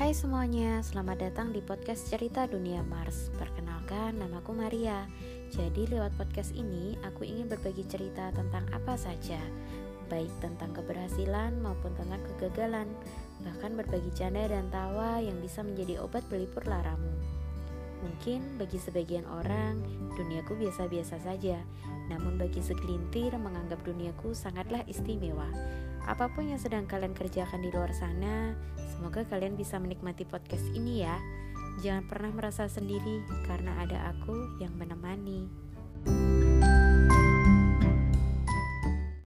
Hai semuanya, selamat datang di podcast Cerita Dunia Mars. Perkenalkan, namaku Maria. Jadi lewat podcast ini, aku ingin berbagi cerita tentang apa saja, baik tentang keberhasilan maupun tentang kegagalan, bahkan berbagi canda dan tawa yang bisa menjadi obat pelipur laramu. Mungkin bagi sebagian orang, duniaku biasa-biasa saja, namun bagi segelintir menganggap duniaku sangatlah istimewa. Apapun yang sedang kalian kerjakan di luar sana, semoga kalian bisa menikmati podcast ini ya. Jangan pernah merasa sendiri, karena ada aku yang menemani.